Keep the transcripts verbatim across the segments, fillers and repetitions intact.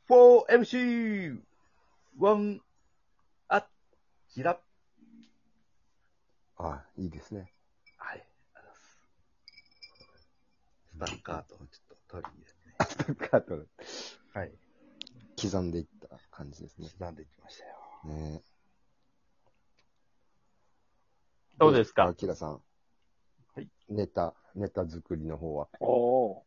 フォーエムシーワン、あちら。 あ、いいですね。 はい。ありがとうございます。スタッカートをちょっと取り入れてね。 スタッカートではい。 刻んでいった感じですね。 刻んでいきましたよ。 ねどうですかアキラさん。 はい。 ネタ、ネタ作りの方は。 おー。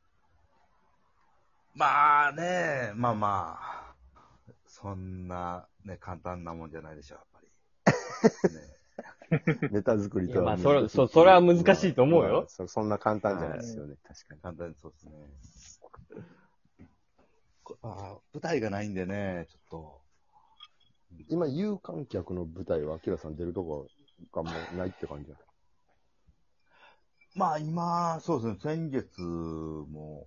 まあね、まあまあ、そんなね、簡単なもんじゃないでしょう、やっぱり。ね、 ネタ作りとはいやまあそれ難しいそそれは難しいと思うよまあそ。そんな簡単じゃないですよね、確かに。 簡単にそうですね。こあー舞台がないんでね、ちょっと。 今、有観客の舞台はアキラさん出るとこがもうないって感じじゃない？ まあ今、そうですね、先月も、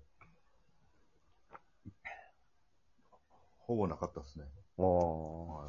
ほぼなかったですね。 ああ、 はい。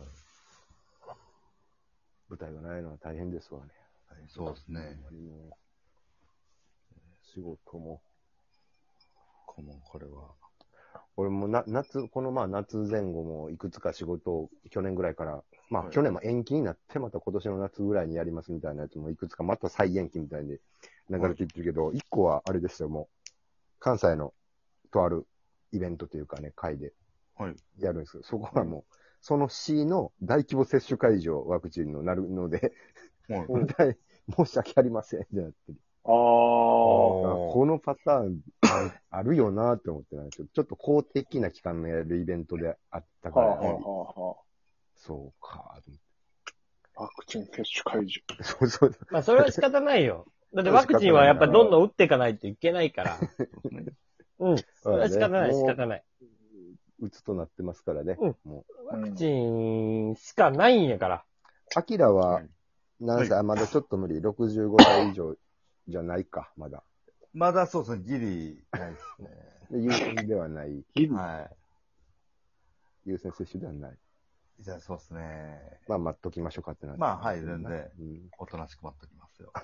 舞台がないのは大変ですわね。 そうですね。 ほんまにもう仕事も。 この、これは。 俺もな夏、このまあ夏前後もいくつか仕事を去年ぐらいから、まあはい去年も延期になってまた今年の夏ぐらいにやりますみたいなやつもいくつかまた再延期みたいで流れていってるけど、一個はあれですよ、もう関西のとあるイベントというかね、会ではい。 やるんですけど、そこはもう、その市の大規模接種会場ワクチンのなるので、 はい。 うん大申し訳ありませんってなってる。 あー。 このパターンあるよなって思ってないちょっと公的な機関のやるイベントであったから、 はあ、はあはあはそうか。 あ、ワクチン接種会場。 そうそう。 まあそれは仕方ないよ。だってワクチンはやっぱどんどん打っていかないといけないから。うん。それは仕方ない、仕方ない。 打つとなってますからね。 うんもワクチンしかないんやから。 う。アキラは、何歳、まだちょっと無理。ろくじゅうごさい以上じゃないか、まだ。 まだそうですね、ギリないですね。 で優先ではない。 は優先接種ではない。 い。じゃあそうですね。 まあ、待っときましょうかってなって。 まあ、はい、全然、 うんおとなしく待っときますよ。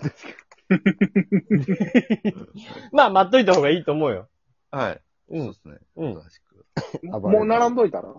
まあ待っといた方がいいと思うよ。 はい。 うんそうですね。 うんおとなしく。 もう並んどいたら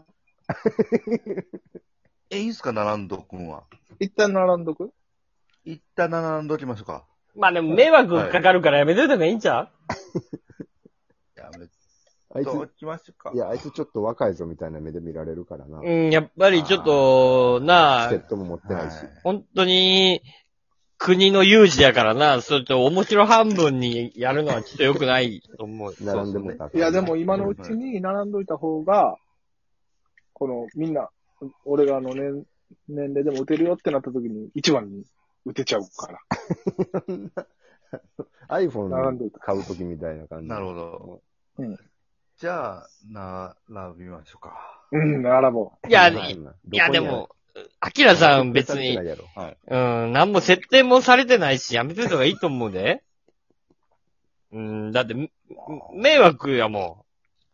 え、いいっすか、並んどくんは。 一旦並んどく一旦並んどきましょうか。 まあでも迷惑かかるからやめといた方がいいんちゃやめあいとつ、 きましょうか。 いや、あいつちょっと若いぞみたいな目で見られるからな。 ううん、やっぱりちょっと、なあチケッ、トも持ってないし。 はい本当に、国の有事やからな、それと面白半分にやるのはちょっと良くないと思う。 並んでもたいや、でも今のうちに並んどいた方が、このみんな、俺があの年、年齢でも打てるよってなった時に一番に打てちゃうから。並ん iPhone どいた買うときみたいな感じ。 なるほど。 うん。 じゃあ、並びましょうか。 うん、並ぼいや、 ないいやでも、アキラさん別に、 やろはい。 うん、何も設定もされてないし、やめといた方がいいと思うで。うん、だって、み迷惑やも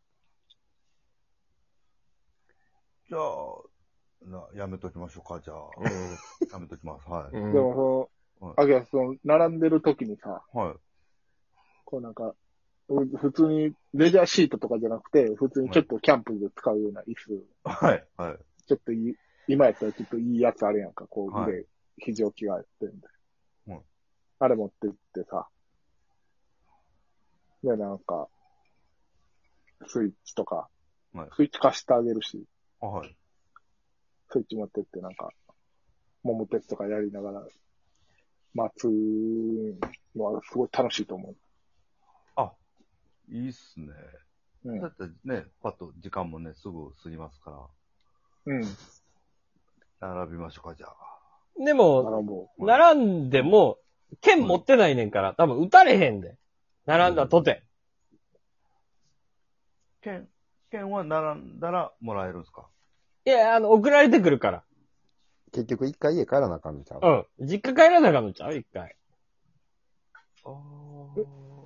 じゃあ、なやめときましょうか、じゃあ。 ん。うんやめときます。はい。 うんう。でもその、あげその、並んでる時にさ、 はい。 こうなんか、う普通にレジャーシートとかじゃなくて、普通にちょっとキャンプで使うような椅子、 はい。はい。 ちょっといい、今やったらちょっといいやつあるやんか、こうはい腕、肘置きがあってんで。 うんあれ持ってってさ、で、なんか、スイッチとか、 はいスイッチ貸してあげるし、 あはい。 スイッチ持ってってなんか、桃鉄とかやりながら、待つのはすごい楽しいと思あ、いいっすね。 う。うんだ。ってね、パッと時間もね、すぐ過ぎますかうん。 ら、並びましょうか、じゃあ。 でも、 並ぼう。 並んでも、剣持ってないねんから、多分撃たれへんで。並んだとて。 券、券は並んだらもらえるんですか？ いや、あの、送られてくるから。 結局一回家帰らなあかんのちゃう、 うん。実家帰らなあかんのちゃう一回。 あー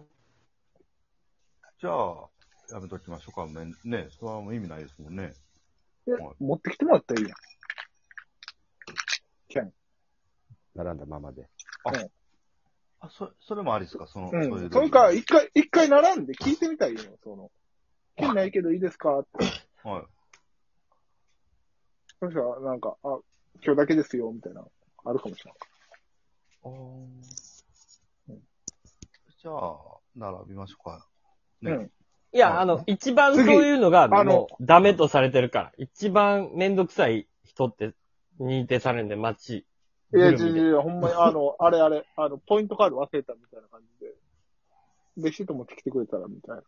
じゃあ、やめときましょうか。ね、ね、それはもう意味ないですもんね。 えはい持ってきてもらったらいいやん。剣。 並んだままで。 あ、そ、それもありですか？その、 うん。 そういう。 それか、一回、一回並んで聞いてみたらいいよ。その、剣ないけどいいですかって。 はい。 そしたら、なんか、あ、今日だけですよ、みたいな、あるかもしれない。 あーじゃあ、並びましょうか。ね。 うん。 いや、 はいあの、一番そう次いうのが、 あのもう、ダメとされてるから。一番めんどくさい人って認定されるんで、街。 いや、 ぐるみでいやいや、ほんまに、あの、あれあれ、あの、ポイントカード忘れたみたいな感じで、レシート持ってきてくれたら、みたいな。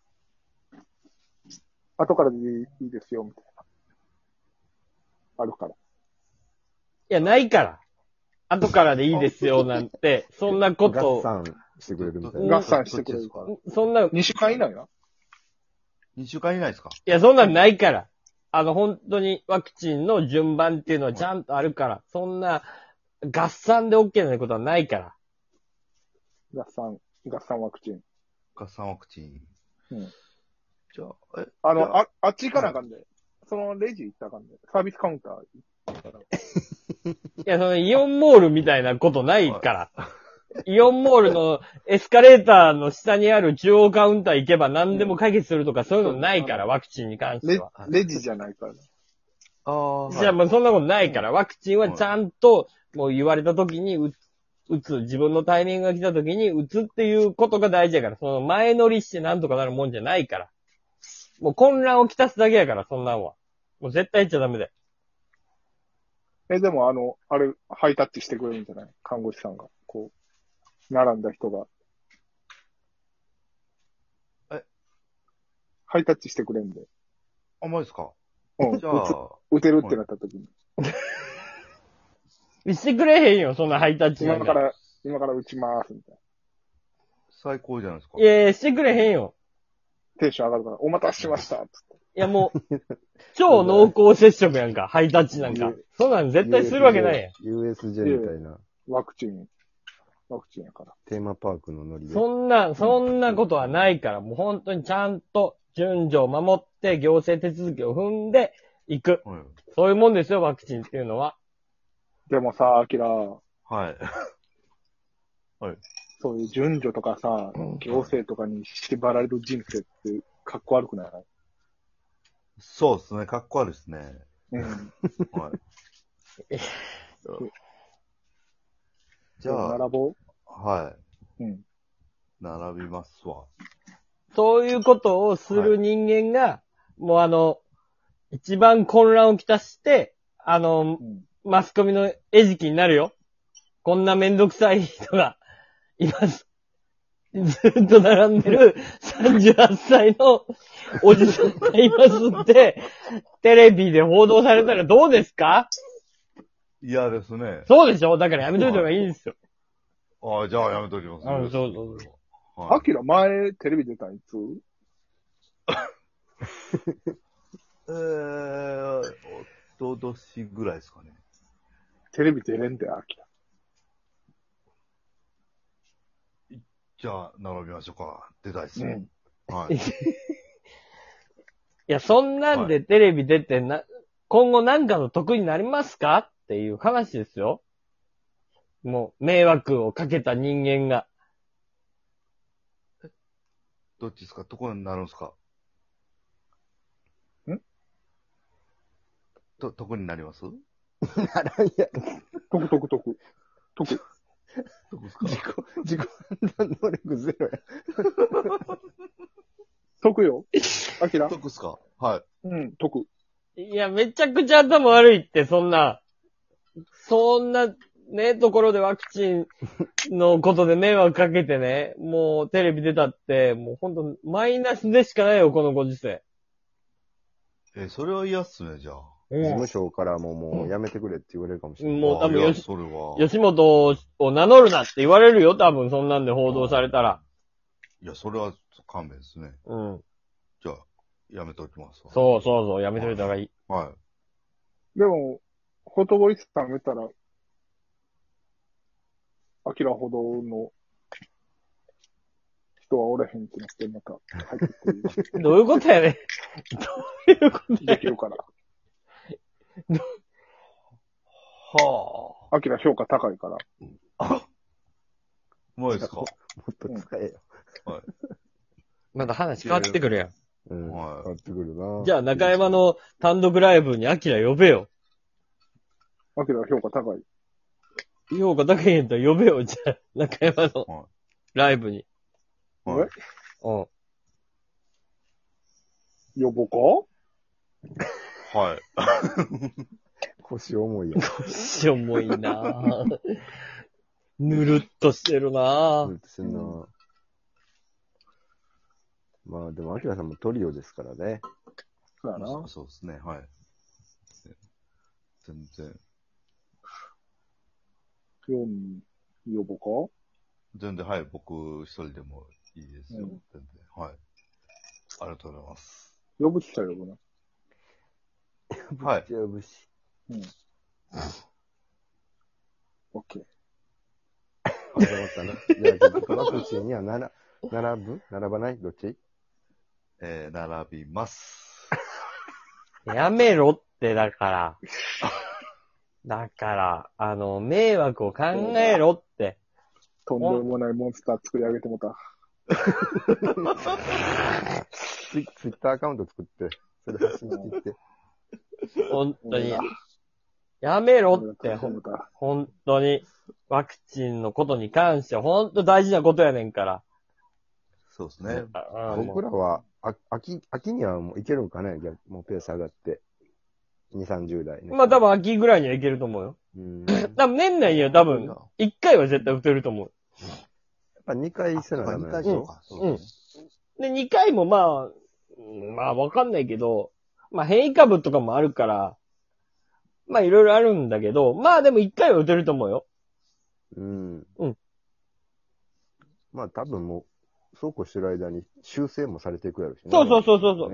後からでいいですよ、みたいな。あるから。 いや、ないから。後からでいいですよ、なんて、そんなこ合と、 算してくれるみたいな。 合算してくれるから。 そんな、いにしゅうかん以内な。 にしゅうかん以内ですか？ や、そんなんないから。あの、本当にワクチンの順番っていうのはちゃんとあるから、そんな、合算で OK なことはないから。 合算、合算ワクチン。 合算ワクチン。 うん。 じゃあ、え、 あじゃの、あ、あっち行かなあかんで。そのレジ行ったらあかんで。サービスカウンター行ったら。 いや、そのイオンモールみたいなことないから。イオンモールのエスカレーターの下にある中央カウンター行けば何でも解決するとかそういうのないから、ワクチンに関してレは。 レジじゃないから。 ああ、 じゃあもうそんなことないから、ワクチンはちゃんと、もう言われた時に打打つ、自分のタイミングが来た時に打つっていうことが大事だから、その前乗りしてなんとかなるもんじゃないから。もう混乱をきたすだけやから、そんなんは。もう絶対言っちゃダメだよ。 え、でもあの、あれ、ハイタッチしてくれるんじゃない看護師さんが。こう、並んだ人が。 えハイタッチしてくれるんで。 あ、マジですか？ うん。 じゃ打つあ、 打てるってなった時に。 してくれへんよ、そんなハイタッチなんか。 今から、今から打ちます、みたいな。 最高じゃないですか。 いやいや、してくれへんよ。 テンション上がるから、お待たせしました、つって。 いやもう、超濃厚接触やんか、ハイタッチなんか。そんなん絶対するわけないやん。 ユーエスジェー みたいな。 ワクチン、ワクチンやから。 テーマパークのノリで。 そんな、そんなことはないから、もう本当にちゃんと順序を守って行政手続きを踏んでいく。 はい。 そういうもんですよ、ワクチンっていうのは。 でもさ、アキラ、 はい。 そういう順序とかさ、行政とかに縛られる人生って、かっこ悪くない？ そうですね。かっこ悪いですね。 うん。 はい。じゃあ、 並ぼはう。うん。 い。並びますわ。 そういうことをする人間が、もうあの、一番混乱をきたして、あの、 うん。 マスコミの餌食になるよ。こんなめんどくさい人がいます。ずっと並んでるさんじゅうはっさいのおじさんがいますって、テレビで報道されたらどうですか？ 嫌ですね。 そうでしょ？だからやめといた方がいいんですよ。 ああ、じゃあやめときます。 うんそうそうそはい。 アキラ前テレビ出たんいつ？ えー、おととしぐらいですかね。 テレビ出れんで、アキラ。 じゃあ、並びましょうか。出たいっすね。 うん。 はい。 いや、そんなんでテレビ出てな、今後なんかの得になりますかっていう話ですよ。もう、迷惑をかけた人間が。 どっちですか？どこになるんですか？ んと、どこになります？どならんや。 得得得。得。 こですか？ 自己、自己判断能力ゼロや。 得よ。アキラ。 どこですか？はい。 うん、得。 いや、めちゃくちゃ頭悪いって、そんな、そんな、ね、ところでワクチンのことで迷惑かけてね、もうテレビ出たって、もうほんとマイナスでしかないよ、このご時世。 えーそれは嫌っすね、じゃあ。 事務所からももうやめてくれって言われるかもしれない。 もう多分あいやよしそれは。 吉本を名乗るなって言われるよ、多分そんなんで報道されたら。 いや、それは勘弁ですね。 うん。 じゃあ、やめときますわ。 そうそうそう、やめといた方がいい。 はい。 でも、ほとぼりさん見たら、アキラほどの人はおれへんってなって、また入ってくる。 どういうことやねん。どういうことやできるから。 はあ。 アキラ評価高いから。 もういいですか？ もっと使えよ。 まだ話変わってくるやん。 うん。 はい変わってくるな。 じゃあ中山の単独ライブにアキラ呼べよ。 アキラ評価高い。 評価高いんやったら呼べよ、じゃあ、中山のはライブに。 い。はい。 うん。 呼ぼうかはい。 腰重いやん。 しょもいなぁ。ぬるっとしてるなぁ。 私の、まあでも、アキラさんもトリオですからね。 そうやな。 そうですね、はい。全然、 よん呼ぼうか全然、はい、僕一人でもいいですよ。 うん全然、はい。ありがとうございます。 呼ぶって言ったら呼ぶな。 はい。 ぶっちゃぶし。 うん。オッケー。 始まったな。じゃあ、ちょっとワクチンにはなら、並ぶ並ばないどっちえー、並びます。 やめろって、だから。だから、あの、迷惑を考えろって。 とんでもないモンスター作り上げてもた。 ツイツイッターアカウント作って、それ発信していって。 本当に俺が。 やめろって、 俺がほん作ってもた本当に。ワクチンのことに関しては、本当大事なことやねんから。 そうですね。 ああもう僕らは、あ秋、秋にはもういけるんかね逆もうペース上がって。に、さんじゅう代ね。 まあ多分秋ぐらいにはいけると思うよ。 うん。やっ多分年内には多分、いっかいは絶対打てると思う。 ぱにかいせなダメになんでしょかいそうか。そうですね。 で、にかいもまあ、うんまあわかんないけど、まあ変異株とかもあるから、まあいろいろあるんだけど、まあでもいっかいは打てると思うよ。 うん。 うん。 まあ多分もう、そうこうしてる間に修正もされていくやろうしね。 そうそうそうそうそう。